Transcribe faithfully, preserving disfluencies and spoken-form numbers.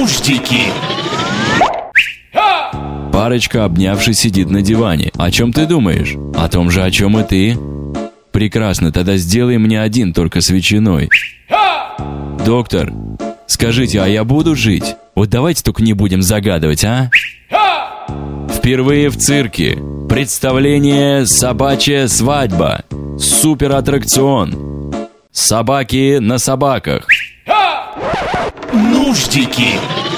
Нуждики. Парочка, обнявшись, сидит на диване. О чем ты думаешь? О том же, о чем и ты. Прекрасно, тогда сделай мне один, только с ветчиной. Доктор, скажите, а я буду жить? Вот давайте только не будем загадывать, а? Впервые в цирке. Представление «Собачья свадьба». Суператтракцион. Собаки на собаках. Нуждики.